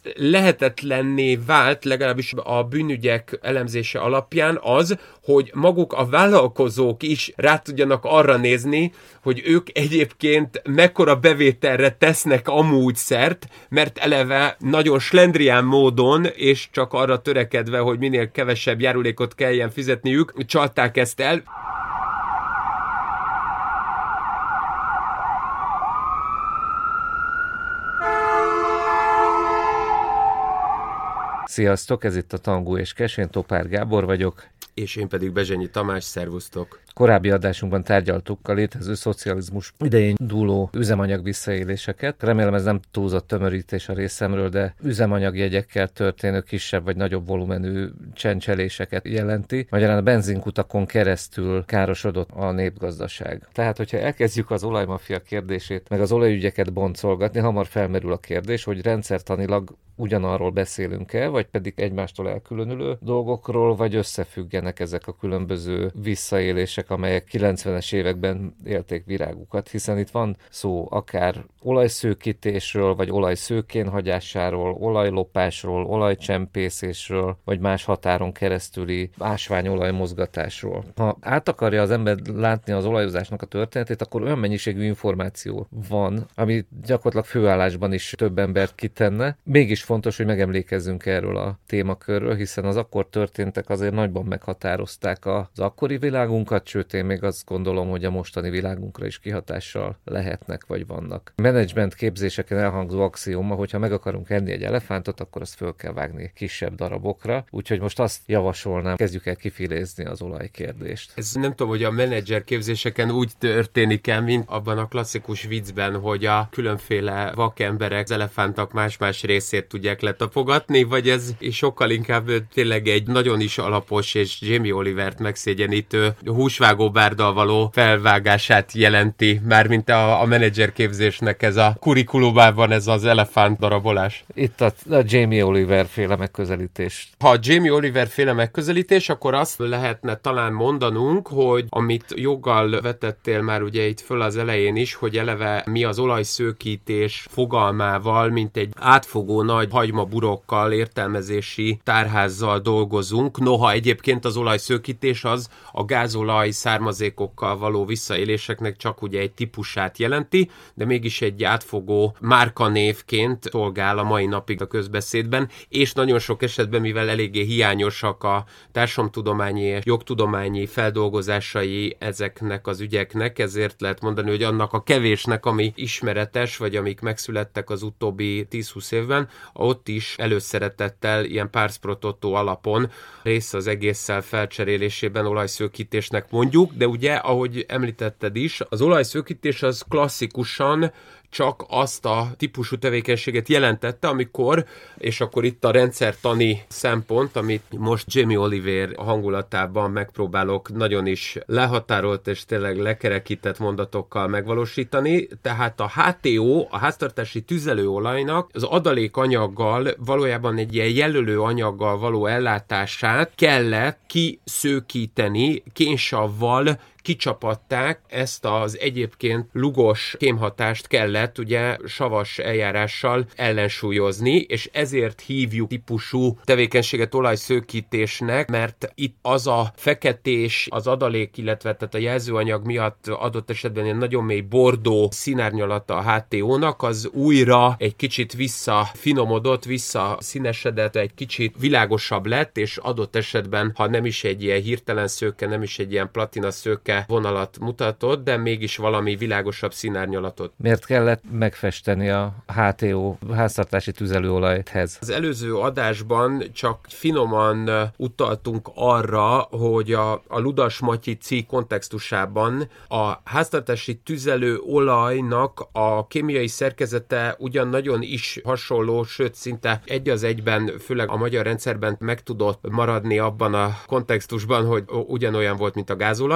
lehetetlenné vált, legalábbis a bűnügyek elemzése alapján az, hogy maguk a vállalkozók is rá tudjanak arra nézni, hogy ők egyébként mekkora bevételre tesznek amúgy szert, mert eleve nagyon slendrián módon, és csak arra törekedve, hogy minél kevesebb járulékot kelljen fizetniük, csalták ezt el. Sziasztok, ez itt a Tangó és Kes, én Topár Gábor vagyok. És én pedig Bezsenyi Tamás, szervusztok! Korábbi adásunkban tárgyaltuk a létező szocializmus idején dúló üzemanyag visszaéléseket. Remélem ez nem túlzott tömörítés a részemről, de üzemanyagjegyekkel történő kisebb vagy nagyobb volumenű csencseléseket jelenti. Magyarán a benzinkutakon keresztül károsodott a népgazdaság. Tehát, hogyha elkezdjük az olajmafia kérdését, meg az olajügyeket boncolgatni, hamar felmerül a kérdés, hogy rendszertanilag ugyanarról beszélünk-e, vagy pedig egymástól elkülönülő dolgokról, vagy összefüggenek ezek a különböző visszaélések, amelyek 90-es években élték virágukat, hiszen itt van szó akár olajszőkítésről, vagy olajszőkén hagyásáról, olajlopásról, olajcsempészésről, vagy más határon keresztüli ásványolaj mozgatásról. Ha át akarja az ember látni az olajozásnak a történetét, akkor olyan mennyiségű információ van, ami gyakorlatilag főállásban is több embert kitenne. Mégis fontos, hogy megemlékezzünk erről a témakörről, hiszen az akkor történtek azért nagyban meghatározták az akkori világunkat, sőt én még azt gondolom, hogy a mostani világunkra is kihatással lehetnek, vagy vannak. Menedzsment képzéseken elhangzó axióma, hogyha meg akarunk enni egy elefántot, akkor azt föl kell vágni kisebb darabokra, úgyhogy most azt javasolnám, kezdjük el kifilézni az olajkérdést. Ez nem tudom, hogy a menedzser képzéseken úgy történik el, mint abban a klasszikus viccben, hogy a különféle vakemberek az elefántok más-más részét tudják letapogatni, vagy ez sokkal inkább tényleg egy nagyon is alapos és Jamie Olivert megszégyenítő húsvágóbárdal való felvágását jelenti, mármint a menedzser képzésnek ez a kurikulumában ez az elefánt darabolás. Itt a Jamie Oliver féle megközelítés. Ha a Jamie Oliver féle megközelítés, akkor azt lehetne talán mondanunk, hogy amit joggal vetettél már ugye itt föl az elején is, hogy eleve mi az olajszőkítés fogalmával, mint egy átfogó nagy hagymaburokkal, értelmezési tárházzal dolgozunk. Noha egyébként az olajszőkítés az a gázolaj származékokkal való visszaéléseknek csak ugye egy típusát jelenti, de mégis egy átfogó márkanévként szolgál a mai napig a közbeszédben, és nagyon sok esetben, mivel eléggé hiányosak a társadalomtudományi és jogtudományi feldolgozásai ezeknek az ügyeknek, ezért lehet mondani, hogy annak a kevésnek, ami ismeretes, vagy amik megszülettek az utóbbi 10-20 évben, ott is előszeretettel ilyen pars pro toto alapon rész az egésszel felcserélésében olajszőkítésnek mondjuk, de ugye, ahogy említetted is, az olajszőkítés az klasszikusan csak azt a típusú tevékenységet jelentette, amikor, és akkor itt a rendszertani szempont, amit most Jamie Oliver hangulatában megpróbálok nagyon is lehatárolt és tényleg lekerekített mondatokkal megvalósítani, tehát a HTO, a háztartási tüzelőolajnak az adalékanyaggal, valójában egy ilyen jelölő anyaggal való ellátását kellett kiszőkíteni, kénsavval kicsapatták, ezt az egyébként lugos kémhatást kellett ugye savas eljárással ellensúlyozni, és ezért hívjuk típusú tevékenységet olajszőkítésnek, mert itt az a feketés, az adalék, illetve tehát a jelzőanyag miatt adott esetben egy nagyon mély bordó színárnyalata a HTO-nak, az újra egy kicsit visszafinomodott, visszaszínesedett, egy kicsit világosabb lett, és adott esetben, ha nem is egy ilyen hirtelen szőke, nem is egy ilyen platina szőke vonalat mutatott, de mégis valami világosabb színárnyalatot. Miért kellett megfesteni a HTO háztartási tüzelőolajhez? Az előző adásban csak finoman utaltunk arra, hogy a Ludas Matyi cikk kontextusában a háztartási tüzelőolajnak a kémiai szerkezete ugyan nagyon is hasonló, sőt szinte egy az egyben, főleg a magyar rendszerben meg tudott maradni abban a kontextusban, hogy ugyanolyan volt, mint a gázolaj,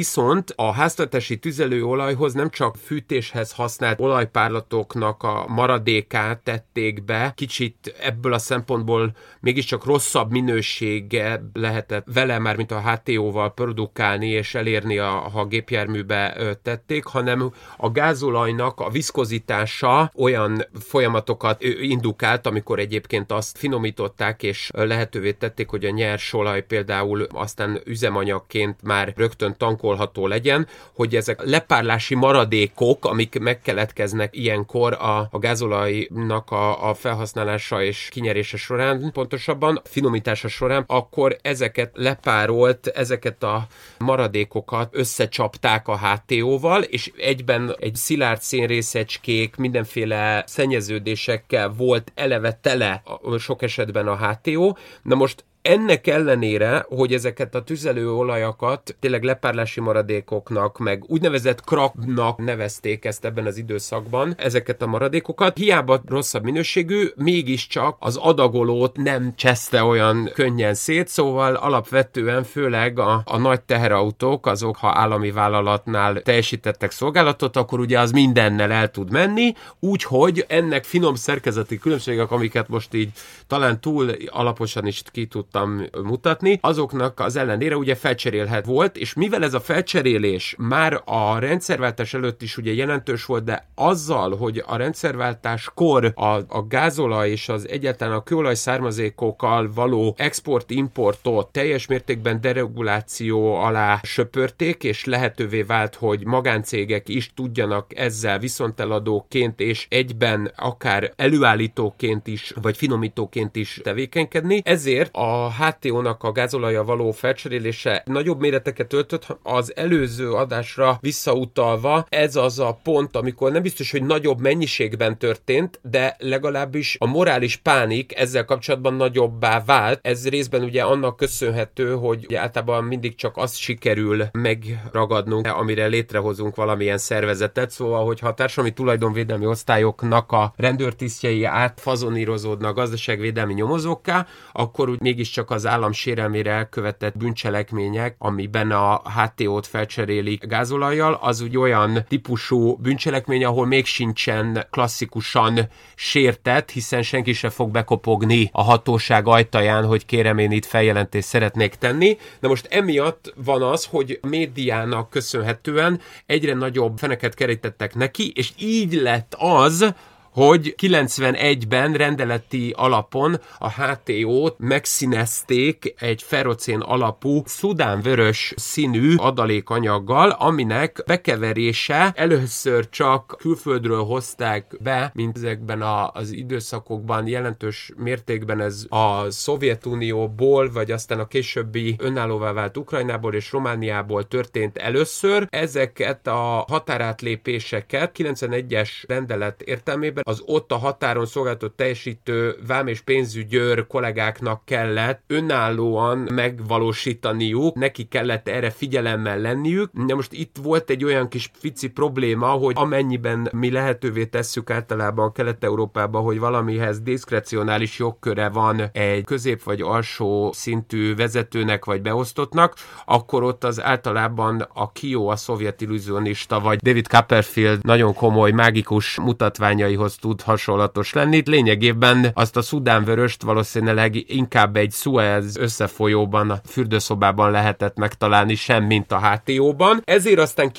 viszont a háztartási tüzelőolajhoz nem csak fűtéshez használt olajpárlatoknak a maradékát tették be, kicsit ebből a szempontból mégiscsak rosszabb minősége lehetett vele már, mint a HTO-val produkálni és elérni, ha a gépjárműbe tették, hanem a gázolajnak a viszkozitása olyan folyamatokat indukált, amikor egyébként azt finomították, és lehetővé tették, hogy a nyers olaj például aztán üzemanyagként már rögtön tankolható legyen, hogy ezek lepárlási maradékok, amik megkeletkeznek ilyenkor a gázolajnak a felhasználása és kinyerése során, pontosabban finomítása során, akkor ezeket lepárolt, ezeket a maradékokat összecsapták a HTO-val, és egyben egy szilárd szénrészecskék, mindenféle szennyeződésekkel volt eleve tele sok esetben a HTO. Na most ennek ellenére, hogy ezeket a tüzelőolajakat tényleg lepárlási maradékoknak, meg úgynevezett cracknak nevezték ezt ebben az időszakban, ezeket a maradékokat, hiába rosszabb minőségű, mégiscsak az adagolót nem cseszte olyan könnyen szét, szóval alapvetően főleg a nagy teherautók, azok, ha állami vállalatnál teljesítettek szolgálatot, akkor ugye az mindennel el tud menni, úgyhogy ennek finom szerkezeti különbségek, amiket most így talán túl alaposan is ki tudtam mutatni, azoknak az ellenére ugye felcserélhet volt, és mivel ez a felcserélés már a rendszerváltás előtt is ugye jelentős volt, de azzal, hogy a rendszerváltáskor a gázolaj és az egyáltalán a kőolaj származékokkal való export-importot teljes mértékben dereguláció alá söpörték, és lehetővé vált, hogy magáncégek is tudjanak ezzel viszonteladóként és egyben akár előállítóként is, vagy finomítóként is tevékenykedni. Ezért a HTO-nak a gázolajjal való felcserélése nagyobb méreteket öltött. Az előző adásra visszautalva, ez az a pont, amikor nem biztos, hogy nagyobb mennyiségben történt, de legalábbis a morális pánik ezzel kapcsolatban nagyobbá vált. Ez részben ugye annak köszönhető, hogy általában mindig csak azt sikerül megragadnunk, amire létrehozunk valamilyen szervezetet. Szóval, hogyha a társadalmi tulajdonvédelmi osztályoknak a rendőrtisztjei átfazonírozódnak gazdaságvédelmi nyomozókká, akkor úgy mégiscsak az állam sérelmére elkövetett bűncselekmények, amiben a HTO-t felcserélik gázolajjal, az úgy olyan típusú bűncselekmény, ahol még sincsen klasszikusan sértett, hiszen senki se fog bekopogni a hatóság ajtaján, hogy kérem, én itt feljelentést szeretnék tenni. Na most emiatt van az, hogy a médiának köszönhetően egyre nagyobb feneket kerítettek neki, és így lett az, hogy 91-ben rendeleti alapon a HTO-t megszínezték egy ferrocén alapú szudánvörös színű adalékanyaggal, aminek bekeverése először csak külföldről hozták be, mint ezekben az időszakokban jelentős mértékben ez a Szovjetunióból, vagy aztán a későbbi önállóvá vált Ukrajnából és Romániából történt először. Ezeket a határátlépéseket 91-es rendelet értelmében az ott a határon szolgáltatott teljesítő vám- és pénzügyőr kollégáknak kellett önállóan megvalósítaniuk, neki kellett erre figyelemmel lenniük. De most itt volt egy olyan kis pici probléma, hogy amennyiben mi lehetővé tesszük általában Kelet-Európában, hogy valamihez diszkrecionális jogköre van egy közép vagy alsó szintű vezetőnek vagy beosztottnak, akkor ott az általában a KIO, a szovjet illúzionista, vagy David Copperfield nagyon komoly mágikus mutatványaihoz tud hasonlatos lenni. Lényegében azt a szudánvöröst valószínűleg inkább egy Suez összefolyóban, a fürdőszobában lehetett megtalálni, sem mint a HTO-ban. Ezért aztán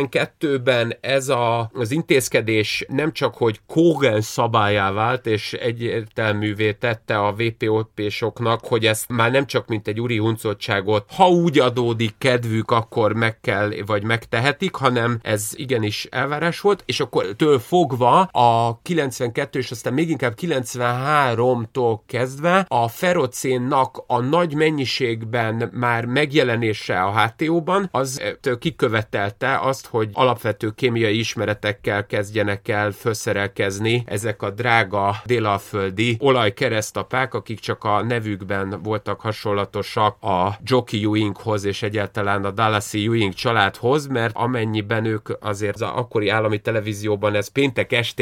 92-ben ez az intézkedés nem csak, hogy kógen szabályá vált, és egyértelművé tette a VPOP-soknak, hogy ezt már nem csak mint egy uri huncoltságot, ha úgy adódik kedvük, akkor meg kell, vagy megtehetik, hanem ez igenis elvárás volt, és akkor től fogva a 92 és aztán még inkább 93-tól kezdve a ferrocénnak a nagy mennyiségben már megjelenése a HTO-ban, az kikövetelte azt, hogy alapvető kémiai ismeretekkel kezdjenek el felszerelkezni ezek a drága délalföldi olajkeresztapák, akik csak a nevükben voltak hasonlatosak a Jockey Ewinghoz és egyáltalán a Dallasi Ewing családhoz, mert amennyiben ők azért az akkori állami televízióban ez péntek esténként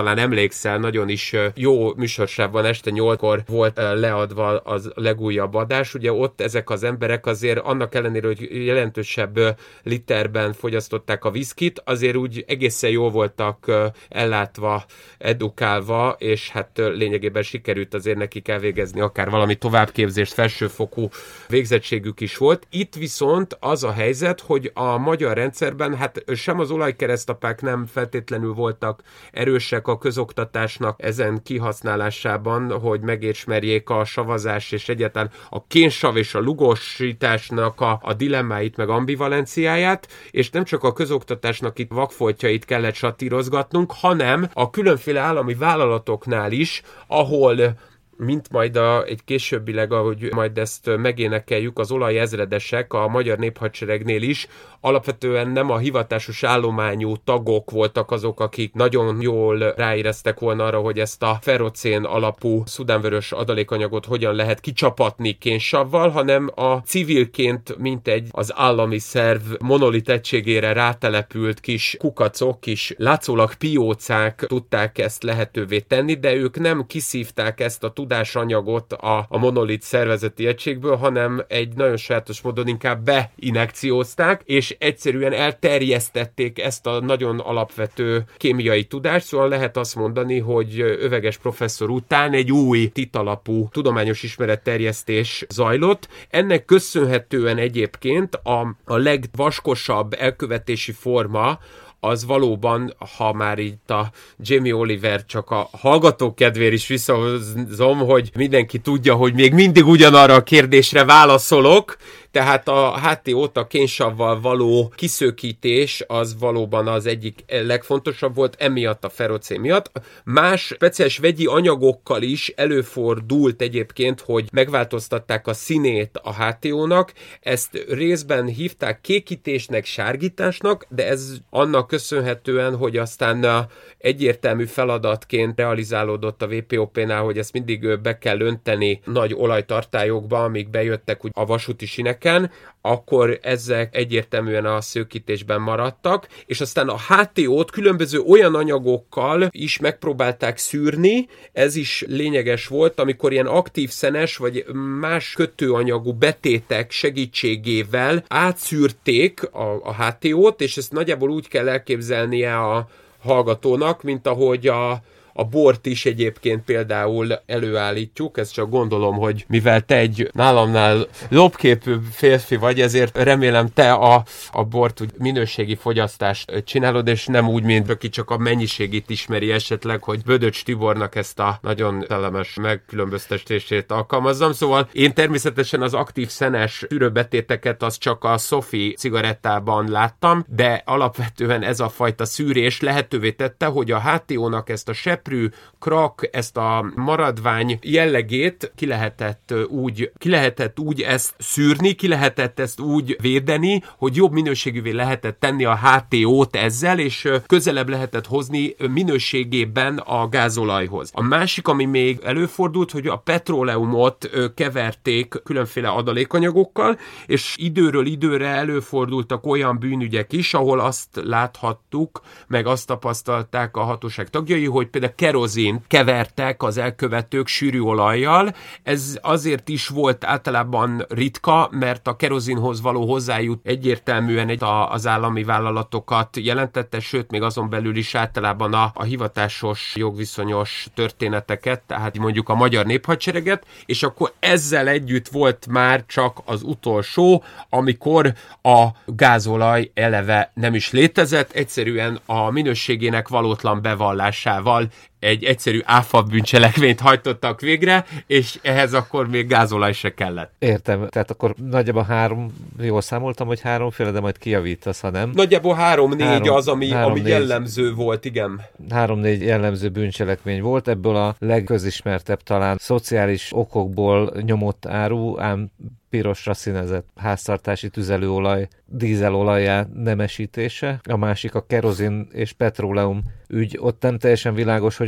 talán emlékszel, nagyon is jó műsorsában este 8-kor volt leadva az legújabb adás. Ugye ott ezek az emberek azért annak ellenére, hogy jelentősebb literben fogyasztották a viszkit, azért úgy egészen jól voltak ellátva, edukálva, és hát lényegében sikerült azért nekik elvégezni akár valami továbbképzést, felsőfokú végzettségük is volt. Itt viszont az a helyzet, hogy a magyar rendszerben hát sem az olajkeresztapák nem feltétlenül voltak erősek a közoktatásnak ezen kihasználásában, hogy megismerjék a savazás és egyáltalán a kénsav és a lugosításnak a dilemmáit, meg ambivalenciáját, és nem csak a közoktatásnak itt vakfoltjait kellett satírozgatnunk, hanem a különféle állami vállalatoknál is, ahol mint majd egy későbbileg, ahogy majd ezt megénekeljük, az olajezredesek a Magyar Néphadseregnél is alapvetően nem a hivatásos állományú tagok voltak azok, akik nagyon jól ráéreztek volna arra, hogy ezt a ferrocén alapú szudánvörös adalékanyagot hogyan lehet kicsapatni kénsavval, hanem a civilként mintegy az állami szerv monolit egységére rátelepült kis kukacok, kis látszólag piócák tudták ezt lehetővé tenni, de ők nem kiszívták ezt a tudásanyagot a monolit szervezeti egységből, hanem egy nagyon sajátos módon inkább beinekciózták, és egyszerűen elterjesztették ezt a nagyon alapvető kémiai tudást, szóval lehet azt mondani, hogy Öveges professzor után egy új titalapú tudományos ismeretterjesztés zajlott. Ennek köszönhetően egyébként a legvaskosabb elkövetési forma az valóban, ha már itt a Jamie Oliver, csak a hallgatók kedvéért is visszahozom, hogy mindenki tudja, hogy még mindig ugyanarra a kérdésre válaszolok, tehát a HTO-t, a kénsavval való kiszökítés az valóban az egyik legfontosabb volt, emiatt a ferrocén miatt. Más speciális vegyi anyagokkal is előfordult egyébként, hogy megváltoztatták a színét a HTO-nak. Ezt részben hívták kékítésnek, sárgításnak, de ez annak köszönhetően, hogy aztán egyértelmű feladatként realizálódott a WPOP-nál, hogy ezt mindig be kell önteni nagy olajtartályokba, amíg bejöttek a vasúti sineken, akkor ezek egyértelműen a szőkítésben maradtak, és aztán a HTO-t különböző olyan anyagokkal is megpróbálták szűrni, ez is lényeges volt, amikor ilyen aktív szenes vagy más kötőanyagú betétek segítségével átszűrték a HTO-t, és ezt nagyjából úgy kell elképzelnie a hallgatónak, mint ahogy a bort is egyébként például előállítjuk, ezt csak gondolom, hogy mivel te egy nálamnál jobbképű férfi vagy, ezért remélem te a bort úgy minőségi fogyasztást csinálod, és nem úgy, mint aki csak a mennyiségét ismeri esetleg, hogy Bödöcs Tibornak ezt a nagyon szellemes megkülönböztetését alkalmazzam. Szóval én természetesen az aktív szenes szűrőbetéteket az csak a Sophie cigarettában láttam, de alapvetően ez a fajta szűrés lehetővé tette, hogy a HTO-nak ezt a seprű, krak, ezt a maradvány jellegét ki lehetett úgy ezt szűrni, ki lehetett ezt úgy védeni, hogy jobb minőségűvé lehetett tenni a HTO-t ezzel, és közelebb lehetett hozni minőségében a gázolajhoz. A másik, ami még előfordult, hogy a petróleumot keverték különféle adalékanyagokkal, és időről időre előfordultak olyan bűnügyek is, ahol azt láthattuk, meg azt tapasztalták a hatóság tagjai, hogy például kerozint kevertek az elkövetők sűrű olajjal. Ez azért is volt általában ritka, mert a kerozinhoz való hozzájut egyértelműen az állami vállalatokat jelentette, sőt, még azon belül is általában a hivatásos jogviszonyos történeteket, tehát mondjuk a Magyar Néphadsereget, és akkor ezzel együtt volt már csak az utolsó, amikor a gázolaj eleve nem is létezett, egyszerűen a minőségének valótlan bevallásával egy egyszerű áfa bűncselekményt hajtottak végre, és ehhez akkor még gázolaj se kellett. Értem, tehát akkor nagyjából jól számoltam, hogy 3-féle, de majd kijavítasz, ha nem. Nagyjából 3-4 az, ami jellemző volt, igen. 3-4 jellemző bűncselekmény volt, ebből a legközismertebb talán szociális okokból nyomott áru, ám pirosra színezett háztartási tüzelőolaj dízelolajjá nemesítése. A másik a kerozin és petróleum ügy. Ott nem teljesen világos, hogy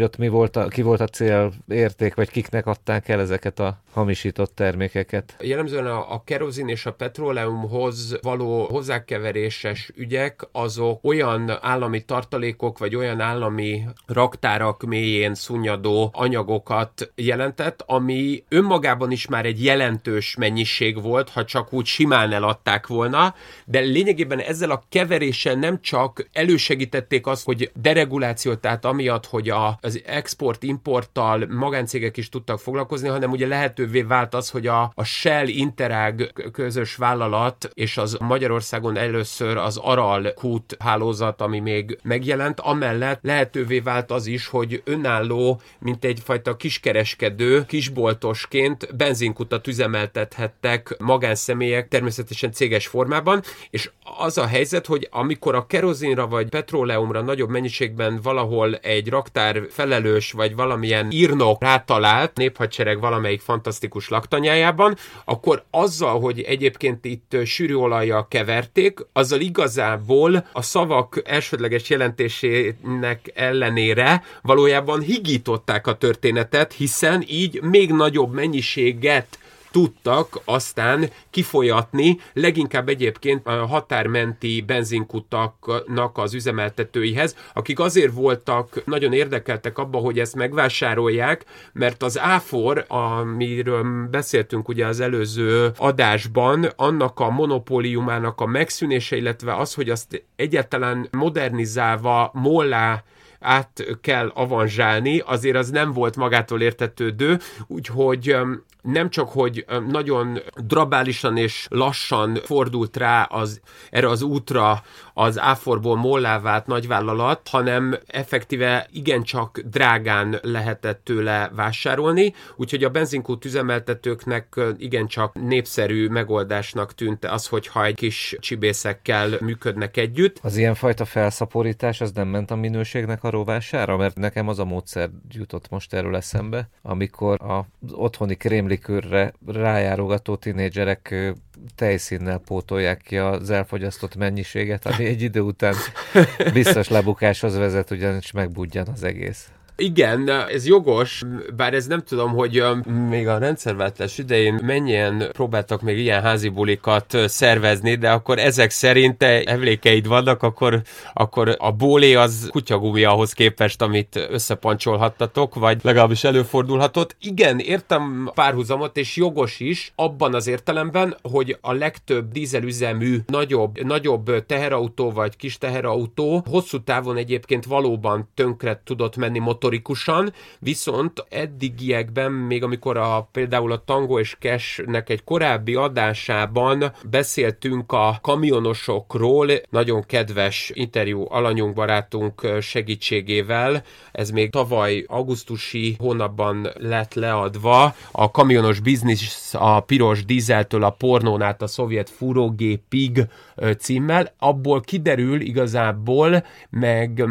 ott ki volt a célérték, vagy kiknek adták el ezeket a hamisított termékeket? Jellemzően a kerozin és a petróleumhoz való hozzákeveréses ügyek, azok olyan állami tartalékok, vagy olyan állami raktárak mélyén szunnyadó anyagokat jelentett, ami önmagában is már egy jelentős mennyiség volt, ha csak úgy simán eladták volna, de lényegében ezzel a keveréssel nem csak elősegítették azt, hogy dereguláció, tehát amiatt, hogy az export-importtal magáncégek is tudtak foglalkozni, hanem ugye lehetővé vált az, hogy a Shell Interag közös vállalat, és az Magyarországon először az Aral kút hálózat, ami még megjelent, amellett lehetővé vált az is, hogy önálló, mint egyfajta kiskereskedő, kisboltosként benzinkutat üzemeltethettek magánszemélyek, természetesen céges formában, és az a helyzet, hogy amikor a kerozinra vagy petróleumra nagyobb mennyiségben valahol egy raktár felelős, vagy valamilyen írnok rátalált, néphadsereg valamelyik fantasztikus laktanyájában, akkor azzal, hogy egyébként itt sűrűolajjal keverték, azzal igazából a szavak elsődleges jelentésének ellenére valójában higították a történetet, hiszen így még nagyobb mennyiséget tudtak aztán kifolyatni, leginkább egyébként a határmenti benzinkutaknak az üzemeltetőihez, akik azért voltak nagyon érdekeltek abba, hogy ezt megvásárolják, mert az áfor, amiről beszéltünk ugye az előző adásban, annak a monopóliumának a megszűnése, illetve az, hogy azt egyáltalán modernizálva mollá át kell avanzsálni, azért az nem volt magától értetődő, úgyhogy nem csak, hogy nagyon drabálisan és lassan fordult rá erre az útra az áforból mollá vált nagyvállalat, hanem effektíve igencsak drágán lehetett tőle vásárolni, úgyhogy a benzinkút üzemeltetőknek igencsak népszerű megoldásnak tűnt az, hogyha egy kis csibészekkel működnek együtt. Az ilyenfajta felszaporítás az nem ment a minőségnek a rovására? Mert nekem az a módszer jutott most erről eszembe, amikor az otthoni krémlikőrre rájárogató tinédzserek tejszínnel pótolják ki az elfogyasztott mennyiséget, ami egy idő után biztos lebukáshoz vezet, ugyanis megbudjan az egész. Igen, ez jogos, bár ez nem tudom, hogy még a rendszerváltás idején mennyien próbáltak még ilyen házi bulikat szervezni, de akkor ezek szerint emlékeid vannak, akkor a bólé az kutyagumi ahhoz képest, amit összepancsolhattatok, vagy legalábbis előfordulhatott. Igen, értem párhuzamot, és jogos is, abban az értelemben, hogy a legtöbb dízelüzemű nagyobb teherautó vagy kis teherautó hosszú távon egyébként valóban tönkre tudott menni motorikusan, viszont eddigiekben, még amikor például a Tango és Cash-nek egy korábbi adásában beszéltünk a kamionosokról, nagyon kedves interjú alanyunk, barátunk segítségével, ez még tavaly augusztusi hónapban lett leadva, a kamionos biznisz a piros dízeltől a pornón át a szovjet fúrógépig címmel, abból kiderül igazából, meg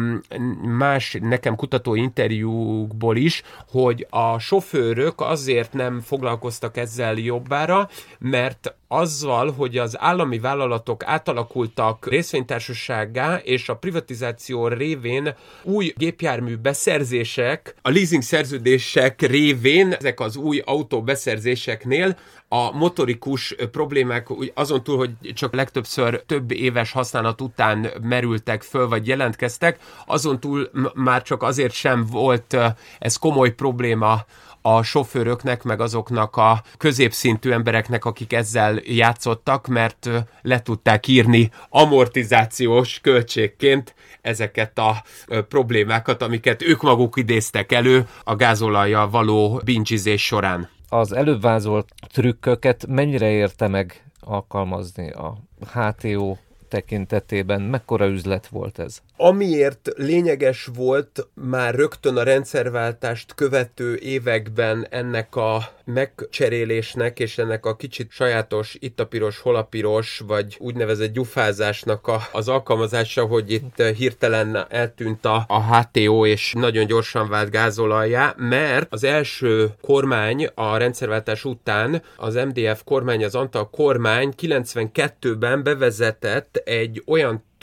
más nekem kutató interjúkból is, hogy a sofőrök azért nem foglalkoztak ezzel jobbára, mert azzal, hogy az állami vállalatok átalakultak részvénytársasággá, és a privatizáció révén új gépjármű beszerzések, a leasing szerződések révén, ezek az új autóbeszerzéseknél a motorikus problémák azon túl, hogy csak legtöbbször több éves használat után merültek föl, vagy jelentkeztek, azon túl már csak azért sem volt ez komoly probléma a sofőröknek, meg azoknak a középszintű embereknek, akik ezzel játszottak, mert le tudták írni amortizációs költségként ezeket a problémákat, amiket ők maguk idéztek elő a gázolajjal való bincsizés során. Az előbb vázolt trükköket mennyire érte meg alkalmazni a HTO tekintetében? Mekkora üzlet volt ez? Amiért lényeges volt már rögtön a rendszerváltást követő években ennek a megcserélésnek és ennek a kicsit sajátos itt a piros, hol a piros, vagy úgynevezett gyufázásnak az alkalmazása, hogy itt hirtelen eltűnt a HTO és nagyon gyorsan vált gázolajjá, mert az első kormány a rendszerváltás után, az MDF kormány, az Antal kormány 92-ben bevezetett egy olyan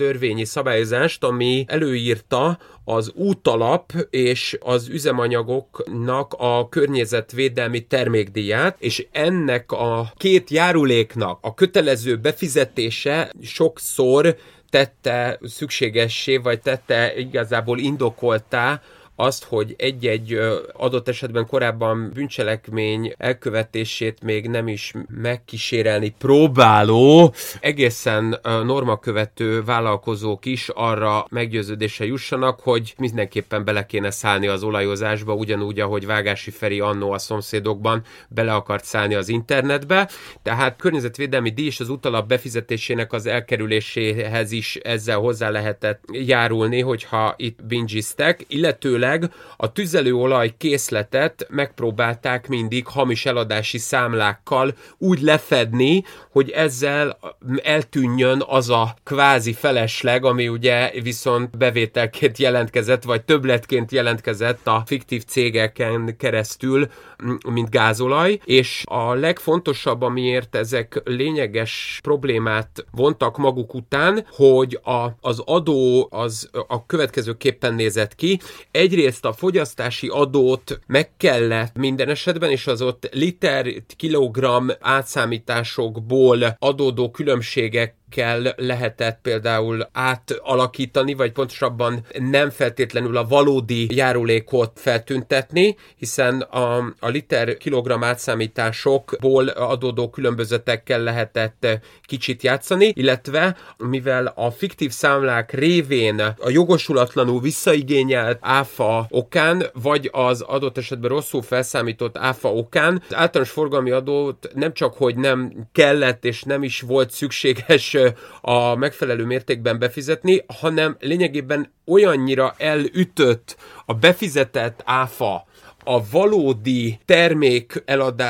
törvényi szabályozást, ami előírta az útalap és az üzemanyagoknak a környezetvédelmi termékdíját, és ennek a két járuléknak a kötelező befizetése sokszor tette szükségessé, vagy tette igazából indokoltá azt, hogy egy-egy adott esetben korábban bűncselekmény elkövetését még nem is megkísérelni próbáló, egészen normakövető vállalkozók is arra meggyőződésre jussanak, hogy mindenképpen bele kéne szállni az olajozásba, ugyanúgy, ahogy Vágási Feri annó a Szomszédokban bele akart szállni az internetbe. Tehát környezetvédelmi díj és az útalap befizetésének az elkerüléséhez is ezzel hozzá lehetett járulni, hogyha itt bingiztek, illetőleg a tüzelőolaj készletet megpróbálták mindig hamis eladási számlákkal úgy lefedni, hogy ezzel eltűnjön az a kvázi felesleg, ami ugye viszont bevételként jelentkezett, vagy többletként jelentkezett a fiktív cégeken keresztül, mint gázolaj, és a legfontosabb, amiért ezek lényeges problémát vontak maguk után, hogy az adó az a következőképpen nézett ki. Egyrészt a fogyasztási adót meg kellett minden esetben, és az ott liter, kilogramm átszámításokból adódó különbségek lehetett például átalakítani, vagy pontosabban nem feltétlenül a valódi járulékot feltüntetni, hiszen a liter kilogramm átszámításokból adódó különbözetekkel lehetett kicsit játszani, illetve mivel a fiktív számlák révén a jogosulatlanul visszaigényelt áfa okán, vagy az adott esetben rosszul felszámított áfa okán, az általános forgalmi adót nem csak, hogy nem kellett és nem is volt szükséges a megfelelő mértékben befizetni, hanem lényegében olyannyira elütött a befizetett áfa a valódi termék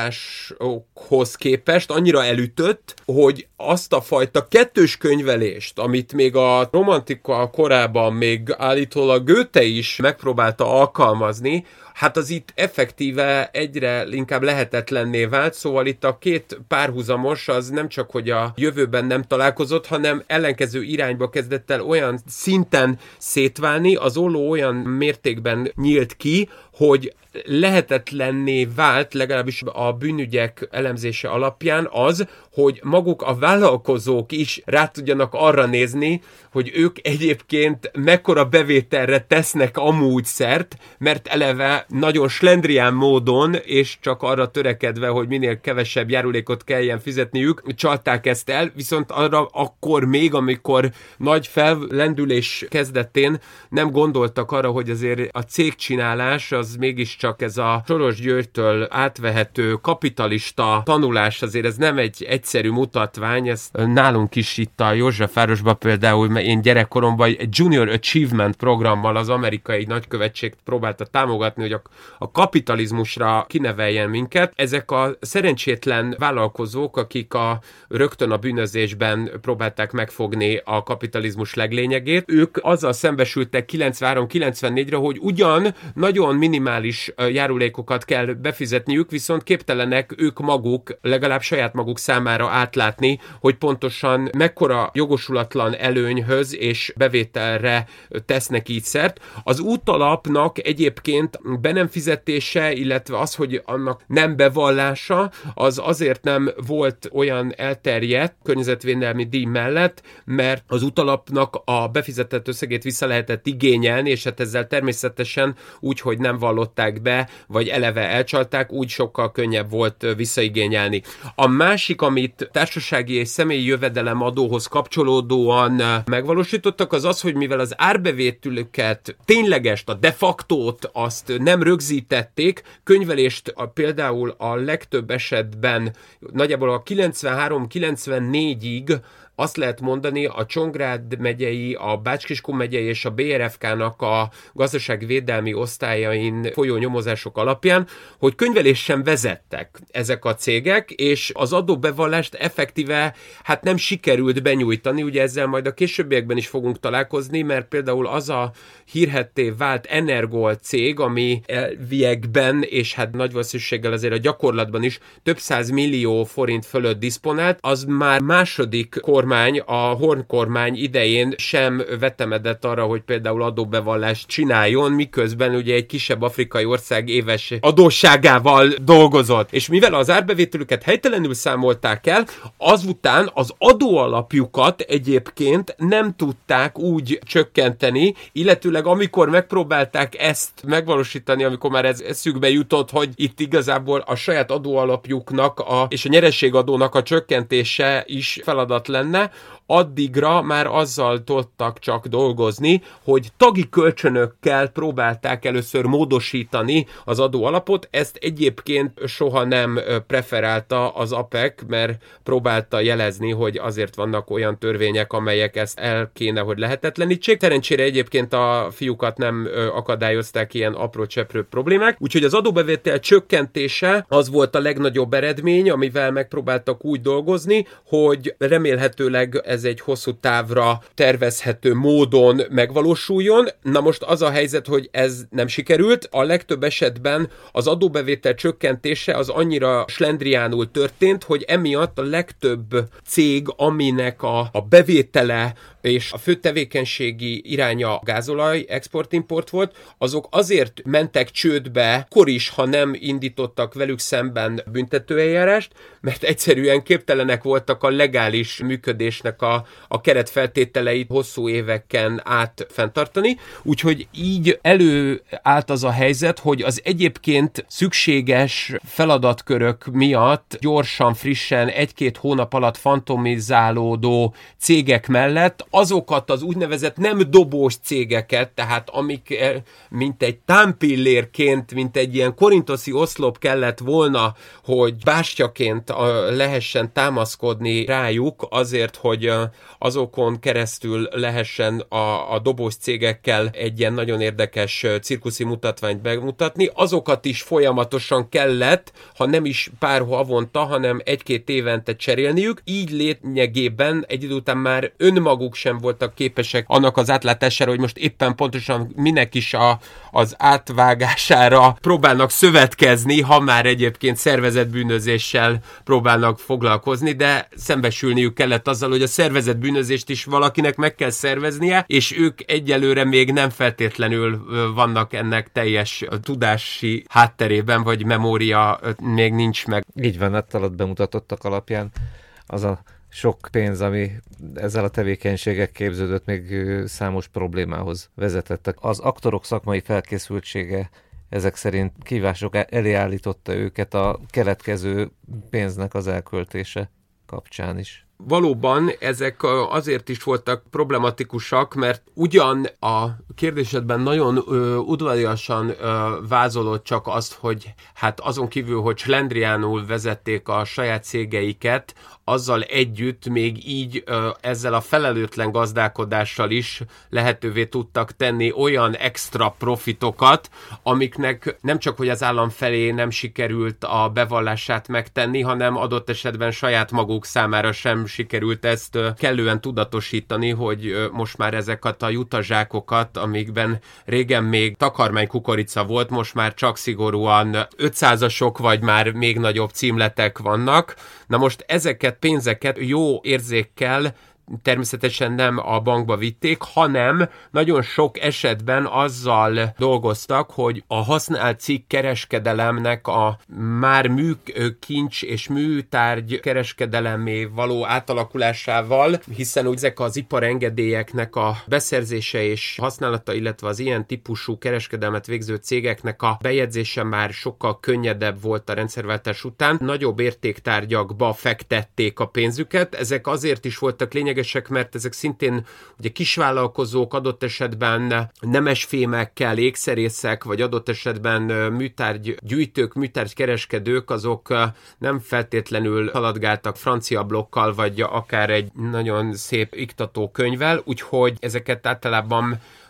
eladásokhoz képest annyira elütött, hogy azt a fajta kettős könyvelést, amit még a romantika korában még állítólag Goethe is megpróbálta alkalmazni, hát az itt effektíve egyre inkább lehetetlenné vált, szóval itt a két párhuzamos az nem csak, hogy a jövőben nem találkozott, hanem ellenkező irányba kezdett el olyan szinten szétválni, az olló olyan mértékben nyílt ki, hogy lehetetlenné vált, legalábbis a bűnügyek elemzése alapján az, hogy maguk a vállalkozók is rá tudjanak arra nézni, hogy ők egyébként mekkora bevételre tesznek amúgy szert, mert eleve nagyon slendrián módon, és csak arra törekedve, hogy minél kevesebb járulékot kelljen fizetniük, csalták ezt el, viszont arra akkor még, amikor nagy fellendülés kezdetén nem gondoltak arra, hogy azért a cégcsinálás az mégiscsak ez a Soros Györgytől átvehető kapitalista tanulás, azért ez nem egy egyszerű mutatvány, ez nálunk is itt a Józsefvárosban például én gyerekkoromban egy Junior Achievement programmal az amerikai nagykövetség próbálta támogatni, hogy a kapitalizmusra kineveljen minket. Ezek a szerencsétlen vállalkozók, akik rögtön a bűnözésben próbálták megfogni a kapitalizmus leglényegét, ők azzal szembesültek 93-94-re, hogy ugyan nagyon minimális járulékokat kell befizetniük, viszont képtelenek ők maguk, legalább saját maguk számára átlátni, hogy pontosan mekkora jogosulatlan előnyhöz és bevételre tesznek így szert. Az útalapnak egyébként be nem fizetése, illetve az, hogy annak nem bevallása, az azért nem volt olyan elterjedt környezetvédelmi díj mellett, mert az útalapnak a befizetett összegét vissza lehetett igényelni, és hát ezzel természetesen úgy, hogy nem vallották be, vagy eleve elcsalták, úgy sokkal könnyebb volt visszaigényelni. A másik, amit társasági és személyi jövedelem adóhoz kapcsolódóan megvalósítottak, az az, hogy mivel az árbevételüket, ténylegest, a de factót azt nem rögzítették, könyvelést például a legtöbb esetben nagyjából a 93-94-ig azt lehet mondani, a Csongrád megyei, a Bács-Kiskun megyei és a BRFK-nak a gazdaságvédelmi osztályain folyó nyomozások alapján, hogy könyvelést sem vezettek ezek a cégek, és az adóbevallást effektíve hát nem sikerült benyújtani, ugye ezzel majd a későbbiekben is fogunk találkozni, mert például az a hírhedté vált Energol cég, ami elviekben, és hát nagy valószínűséggel azért a gyakorlatban is több 100 millió forint fölött diszponált, az már második kormány, a Horn kormány idején sem vetemedett arra, hogy például adóbevallást csináljon, miközben ugye egy kisebb afrikai ország éves adósságával dolgozott. És mivel az árbevételüket helytelenül számolták el, azután az adóalapjukat egyébként nem tudták úgy csökkenteni, illetőleg amikor megpróbálták ezt megvalósítani, amikor már ez eszükbe jutott, hogy itt igazából a saját adóalapjuknak és a nyerességadónak a csökkentése is feladat lenne, addigra már azzal tudtak csak dolgozni, hogy tagi kölcsönökkel próbálták először módosítani az adóalapot, ezt egyébként soha nem preferálta az APEC, mert próbálta jelezni, hogy azért vannak olyan törvények, amelyek ezt el kéne, hogy lehetetlenítsék. Szerencsére egyébként a fiúkat nem akadályozták ilyen apró cseprő problémák, úgyhogy az adóbevétel csökkentése az volt a legnagyobb eredmény, amivel megpróbáltak úgy dolgozni, hogy remélhetőleg ez egy hosszú távra tervezhető módon megvalósuljon. Na most az a helyzet, hogy ez nem sikerült. A legtöbb esetben az adóbevétel csökkentése az annyira slendriánul történt, hogy emiatt a legtöbb cég, aminek a bevétele és a fő tevékenységi iránya gázolaj, export-import volt, azok azért mentek csődbe, akkor is, ha nem indítottak velük szemben büntetőeljárást, mert egyszerűen képtelenek voltak a legális működésnek a keretfeltételeit hosszú éveken át fenntartani. Úgyhogy így előállt az a helyzet, hogy az egyébként szükséges feladatkörök miatt gyorsan, frissen, 1-2 hónap alatt fantomizálódó cégek mellett azokat az úgynevezett nem dobós cégeket, tehát amik mint egy támpillérként, mint egy ilyen korintoszi oszlop kellett volna, hogy bástyaként lehessen támaszkodni rájuk azért, hogy azokon keresztül lehessen a dobós cégekkel egy ilyen nagyon érdekes cirkuszi mutatványt bemutatni. Azokat is folyamatosan kellett, ha nem is pár havonta, hanem 1-2 évente cserélniük. Így lényegében egy idő után már önmaguk sem voltak képesek annak az átlátására, hogy most éppen pontosan minek is az átvágására próbálnak szövetkezni, ha már egyébként szervezett bűnözéssel próbálnak foglalkozni, de szembesülniük kellett azzal, hogy a szervezett bűnözést is valakinek meg kell szerveznie, és ők egyelőre még nem feltétlenül vannak ennek teljes tudási hátterében, vagy memória még nincs meg. Így van, alatt bemutatottak alapján az a sok pénz, ami ezzel a tevékenységek képződött, még számos problémához vezetett. Az aktorok szakmai felkészültsége ezek szerint kívások elé állította őket a keletkező pénznek az elköltése kapcsán is. Valóban ezek azért is voltak problematikusak, mert ugyan a kérdésedben nagyon udvariasan vázolod csak azt, hogy hát azon kívül, hogy slendriánul vezették a saját cégeiket, azzal együtt még így ezzel a felelőtlen gazdálkodással is lehetővé tudtak tenni olyan extra profitokat, amiknek nem csak, hogy az állam felé nem sikerült a bevallását megtenni, hanem adott esetben saját maguk számára sem sikerült ezt kellően tudatosítani, hogy most már ezeket a jutazsákokat, amikben régen még takarmány kukorica volt, most már csak szigorúan 500-asok, vagy már még nagyobb címletek vannak. Na most ezeket pénzeket jó érzékkel természetesen nem a bankba vitték, hanem nagyon sok esetben azzal dolgoztak, hogy a használt cikk kereskedelemnek a már műkincs és műtárgy kereskedelemé való átalakulásával, hiszen ezek az iparengedélyeknek a beszerzése és használata, illetve az ilyen típusú kereskedelmet végző cégeknek a bejegyzése már sokkal könnyedebb volt a rendszerváltás után. Nagyobb értéktárgyakba fektették a pénzüket, ezek azért is voltak lényegesek, mert ezek szintén ugye kisvállalkozók, adott esetben nemesfémekkel, ékszerészek, vagy adott esetben műtárgygyűjtők, műtárgykereskedők, azok nem feltétlenül haladgáltak francia blokkal, vagy akár egy nagyon szép iktató könyvvel, úgyhogy ezeket általában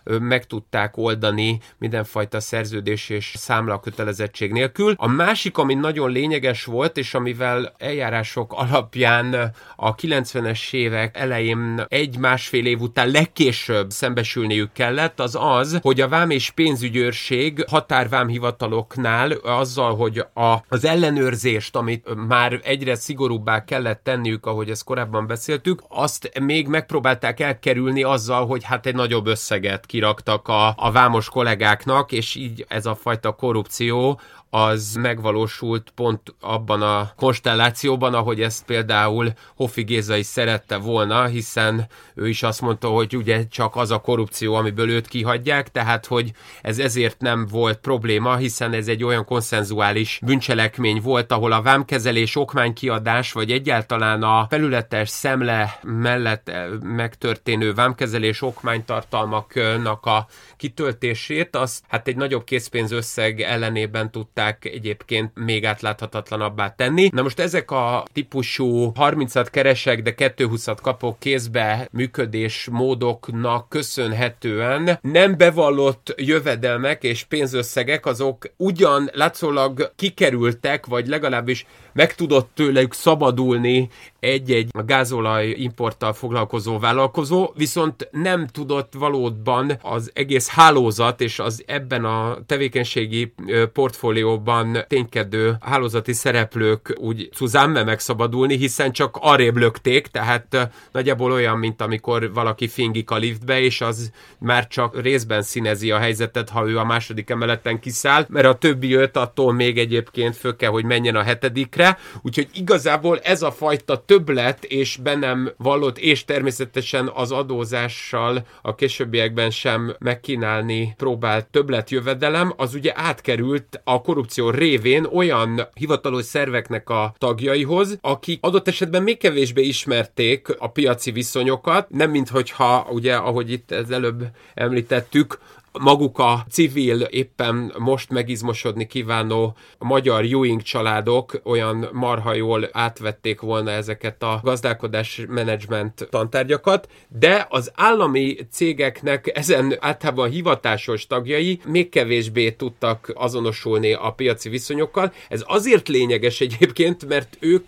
meg tudták oldani mindenfajta szerződés és számla kötelezettség nélkül. A másik, ami nagyon lényeges volt, és amivel eljárások alapján a 90-es évek elején 1-1,5 év után legkésőbb szembesülniük kellett, az, hogy a vám és pénzügyőrség határvámhivataloknál azzal, hogy az ellenőrzést, amit már egyre szigorúbbá kellett tenniük, ahogy ezt korábban beszéltük, azt még megpróbálták elkerülni azzal, hogy hát egy nagyobb összeget kiraktak a vámos kollégáknak, és így ez a fajta korrupció az megvalósult pont abban a konstellációban, ahogy ezt például Hoffi Géza is szerette volna, hiszen ő is azt mondta, hogy ugye csak az a korrupció, amiből őt kihagyják, tehát hogy ez ezért nem volt probléma, hiszen ez egy olyan konszenzuális bűncselekmény volt, ahol a vámkezelés, okmánykiadás, vagy egyáltalán a felületes szemle mellett megtörténő vámkezelés okmánytartalmaknak a kitöltését, azt hát egy nagyobb készpénzösszeg ellenében tudták egyébként még átláthatatlanabbá tenni. Na most ezek a típusú 30-at keresek, de 220-at kapok kézbe működés módoknak köszönhetően nem bevallott jövedelmek és pénzösszegek azok ugyan látszólag kikerültek, vagy legalábbis meg tudott tőlük szabadulni egy-egy gázolaj importtal foglalkozó vállalkozó, viszont nem tudott valóban az egész hálózat és az ebben a tevékenységi portfólióban ténykedő hálózati szereplők úgy zusammen megszabadulni, hiszen csak arrébb lökték, tehát nagyjából olyan, mint amikor valaki fingik a liftbe, és az már csak részben színezi a helyzetet, ha ő a második emeleten kiszáll, mert a többi öt attól még egyébként föl kell, hogy menjen a 7. Úgyhogy igazából ez a fajta többlet és be nem vallott, és természetesen az adózással a későbbiekben sem megkínálni próbált többletjövedelem, az ugye átkerült a korrupció révén olyan hivatalos szerveknek a tagjaihoz, akik adott esetben még kevésbé ismerték a piaci viszonyokat, nem minthogyha, ugye, ahogy itt az előbb említettük, maguk a civil, éppen most megizmosodni kívánó magyar Ewing családok olyan marha jól átvették volna ezeket a gazdálkodás menedzsment tantárgyakat, de az állami cégeknek ezen általában hivatásos tagjai még kevésbé tudtak azonosulni a piaci viszonyokkal. Ez azért lényeges egyébként, mert ők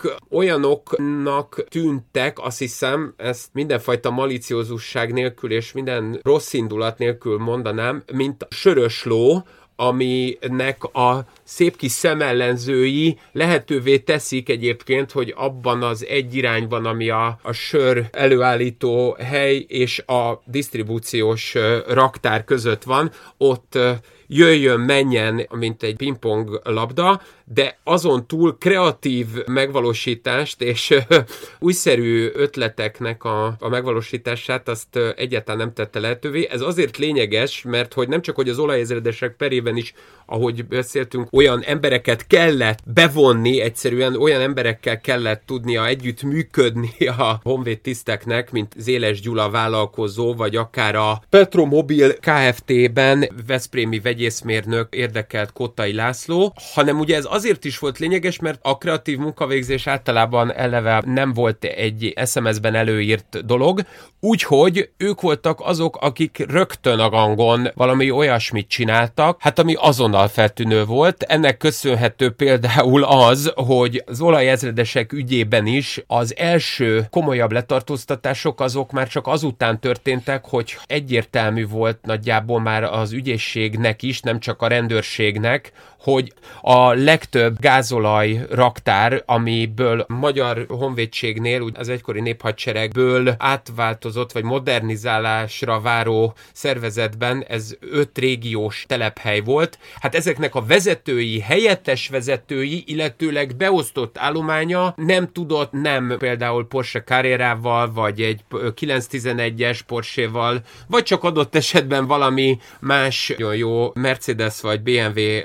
olyanoknak tűntek, azt hiszem, ezt mindenfajta maliciózusság nélkül és minden rossz indulat nélkül mondanám, mint sörös ló, aminek a szép kis szemellenzői lehetővé teszik egyébként, hogy abban az egy irányban, ami a sör előállító hely és a disztribúciós raktár között van, ott jöjjön, menjen, mint egy pingpong labda, de azon túl kreatív megvalósítást és újszerű ötleteknek a megvalósítását azt egyáltalán nem tette lehetővé. Ez azért lényeges, mert hogy nem csak, hogy az olajezredesek perében is, ahogy beszéltünk, olyan embereket kellett bevonni, egyszerűen olyan emberekkel kellett tudnia együtt működni a honvéd tiszteknek, mint Zéles Gyula vállalkozó, vagy akár a Petromobil Kft-ben veszprémi vegyészmérnök érdekelt Kottai László, hanem ugye ez azért is volt lényeges, mert a kreatív munkavégzés általában eleve nem volt egy SMS-ben előírt dolog, úgyhogy ők voltak azok, akik rögtön a gangon valami olyasmit csináltak, hát ami azonnal feltűnő volt. Ennek köszönhető például az, hogy az olajezredesek ügyében is az első komolyabb letartóztatások azok már csak azután történtek, hogy egyértelmű volt nagyjából már az ügyészségnek is, nem csak a rendőrségnek, hogy a legtöbb gázolaj raktár, amiből Magyar Honvédségnél, az egykori néphadseregből átváltozott, vagy modernizálásra váró szervezetben ez 5 régiós telephely volt. Hát ezeknek a vezetői, helyettes vezetői, illetőleg beosztott állománya nem tudott nem például Porsche Carrerával, vagy egy 911-es Porsche-val, vagy csak adott esetben valami más nagyon jó Mercedes vagy BMW márkájú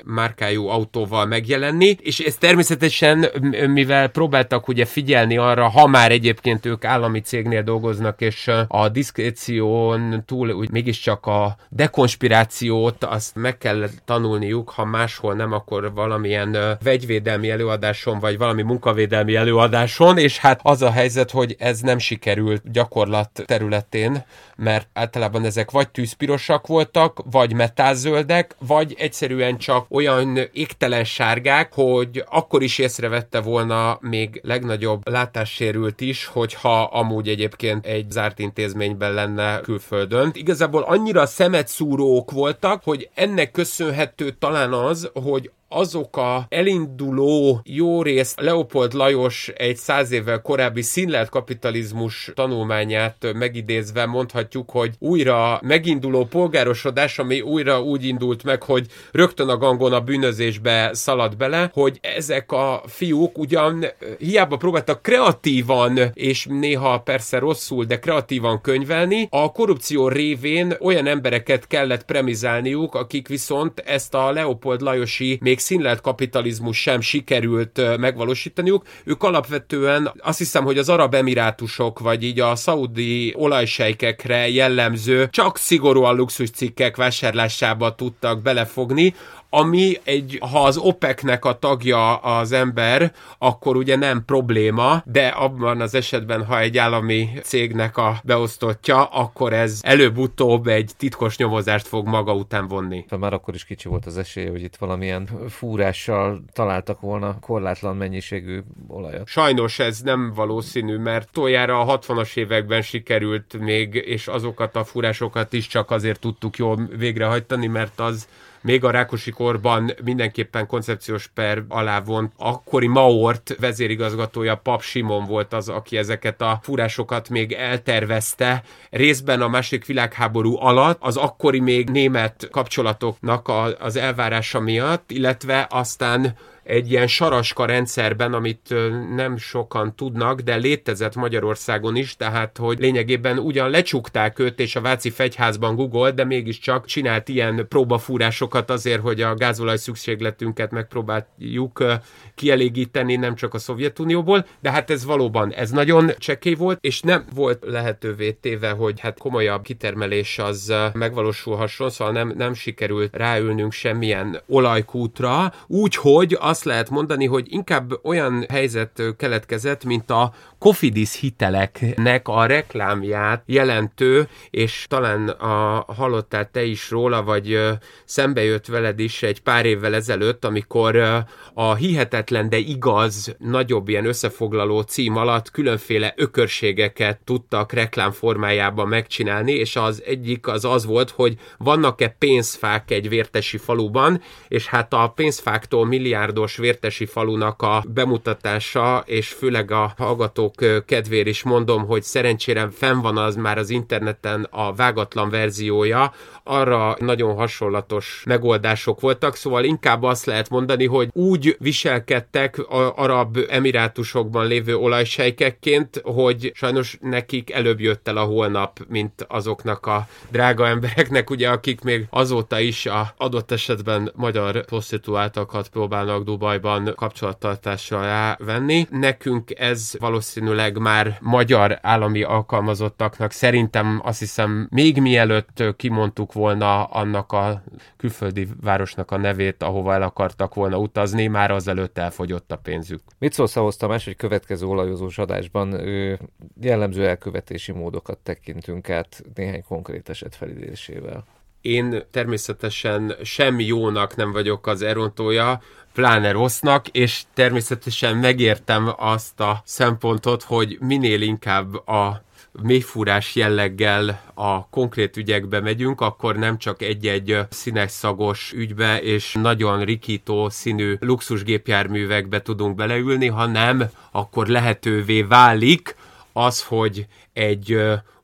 karosszériájú autóval megjelenni, és ez természetesen, mivel próbáltak ugye figyelni arra, ha már egyébként ők állami cégnél dolgoznak, és a diszkréción túl úgy mégiscsak a dekonspirációt azt meg kell tanulniuk, ha máshol nem, akkor valamilyen vegyvédelmi előadáson, vagy valami munkavédelmi előadáson, és hát az a helyzet, hogy ez nem sikerült gyakorlat területén, mert általában ezek vagy tűzpirosak voltak, vagy metálzöldek, vagy egyszerűen csak olyan égtelen sárgák, hogy akkor is észrevette volna még legnagyobb látássérült is, hogyha amúgy egyébként egy zárt intézményben lenne külföldön. Igazából annyira szemetszúrók voltak, hogy ennek köszönhető talán az, hogy azok a elinduló jó részt Leopold Lajos egy 100 évvel korábbi színlelt kapitalizmus tanulmányát megidézve mondhatjuk, hogy újra meginduló polgárosodás, ami újra úgy indult meg, hogy rögtön a gangon a bűnözésbe szaladt bele, hogy ezek a fiúk ugyan hiába próbáltak kreatívan, és néha persze rosszul, de kreatívan könyvelni, a korrupció révén olyan embereket kellett premizálniuk, akik viszont ezt a Leopold Lajosi még színlelt kapitalizmus sem sikerült megvalósítaniuk. Ők alapvetően azt hiszem, hogy az Arab Emirátusok, vagy így a szaudi olajsejkekre jellemző, csak szigorúan luxuscikkek vásárlásába tudtak belefogni, ami ha az OPEC-nek a tagja az ember, akkor ugye nem probléma, de abban az esetben, ha egy állami cégnek a beosztottja, akkor ez előbb-utóbb egy titkos nyomozást fog maga után vonni. Már akkor is kicsi volt az esély, hogy itt valamilyen fúrással találtak volna korlátlan mennyiségű olajat. Sajnos ez nem valószínű, mert toljára a 60-as években sikerült még, és azokat a fúrásokat is csak azért tudtuk jól végrehajtani, mert az még a Rákosi korban mindenképpen koncepciós per alá vont. Akkori Maort vezérigazgatója Pap Simon volt az, aki ezeket a fúrásokat még eltervezte. Részben a második világháború alatt az akkori még német kapcsolatoknak az elvárása miatt, illetve aztán egy ilyen saraska rendszerben, amit nem sokan tudnak, de létezett Magyarországon is, tehát hogy lényegében ugyan lecsukták őt, és a Váci Fegyházban Google, de mégiscsak csinált ilyen próbafúrásokat azért, hogy a gázolaj szükségletünket megpróbáljuk kielégíteni, nem csak a Szovjetunióból, de hát ez valóban, ez nagyon csekély volt, és nem volt lehetővé téve, hogy hát komolyabb kitermelés az megvalósulhasson, szóval nem sikerült ráülnünk semmilyen olajkútra, úgyhogy azt lehet mondani, hogy inkább olyan helyzet keletkezett, mint a Cofidis hiteleknek a reklámját jelentő, és talán hallottál te is róla, vagy szembe jött veled is egy pár évvel ezelőtt, amikor a hihetetlen, de igaz, nagyobb ilyen összefoglaló cím alatt különféle ökörségeket tudtak reklám formájában megcsinálni, és az egyik az volt, hogy vannak-e pénzfák egy vértesi faluban, és hát a pénzfáktól milliárdos vértesi falunak a bemutatása, és főleg a hallgatók kedvéért is mondom, hogy szerencsére fenn van az már az interneten a vágatlan verziója, arra nagyon hasonlatos megoldások voltak, szóval inkább azt lehet mondani, hogy úgy viselkedtek az Arab Emirátusokban lévő olajsejkekként, hogy sajnos nekik előbb jött el a holnap, mint azoknak a drága embereknek, ugye, akik még azóta is a adott esetben magyar prostituáltakat próbálnak Dubajban kapcsolattartásra rávenni. Nekünk ez valószínűleg már magyar állami alkalmazottaknak szerintem azt hiszem még mielőtt kimondtuk volna annak a külföldi városnak a nevét, ahova el akartak volna utazni, már azelőtt elfogyott a pénzük. Mit szólsz ahhoz, Tamás, hogy következő olajozós adásban jellemző elkövetési módokat tekintünk át néhány konkrét eset felidézésével? Én természetesen sem jónak nem vagyok az elrontója, pláne rossznak, és természetesen megértem azt a szempontot, hogy minél inkább a mélyfúrás jelleggel a konkrét ügyekbe megyünk, akkor nem csak egy-egy színes szagos ügybe és nagyon rikító színű luxusgépjárművekbe tudunk beleülni, hanem akkor lehetővé válik az, hogy egy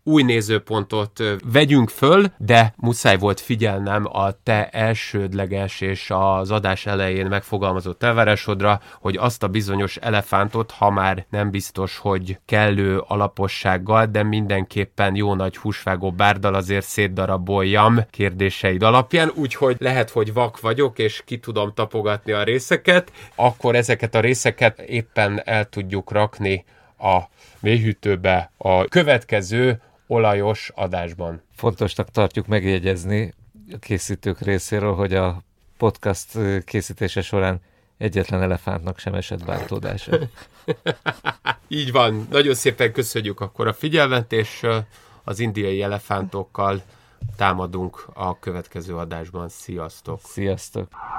új nézőpontot vegyünk föl, de muszáj volt figyelnem a te elsődleges és az adás elején megfogalmazott elvárásodra, hogy azt a bizonyos elefántot, ha már nem biztos, hogy kellő alapossággal, de mindenképpen jó nagy húsvágó bárdal azért szétdaraboljam kérdéseid alapján, úgyhogy lehet, hogy vak vagyok, és ki tudom tapogatni a részeket, akkor ezeket a részeket éppen el tudjuk rakni a mélyhűtőbe a következő olajos adásban. Fontosnak tartjuk megjegyezni a készítők részéről, hogy a podcast készítése során egyetlen elefántnak sem esett bántódása. Így van. Nagyon szépen köszönjük akkor a figyelmet, és az indiai elefántokkal támadunk a következő adásban. Sziasztok! Sziasztok!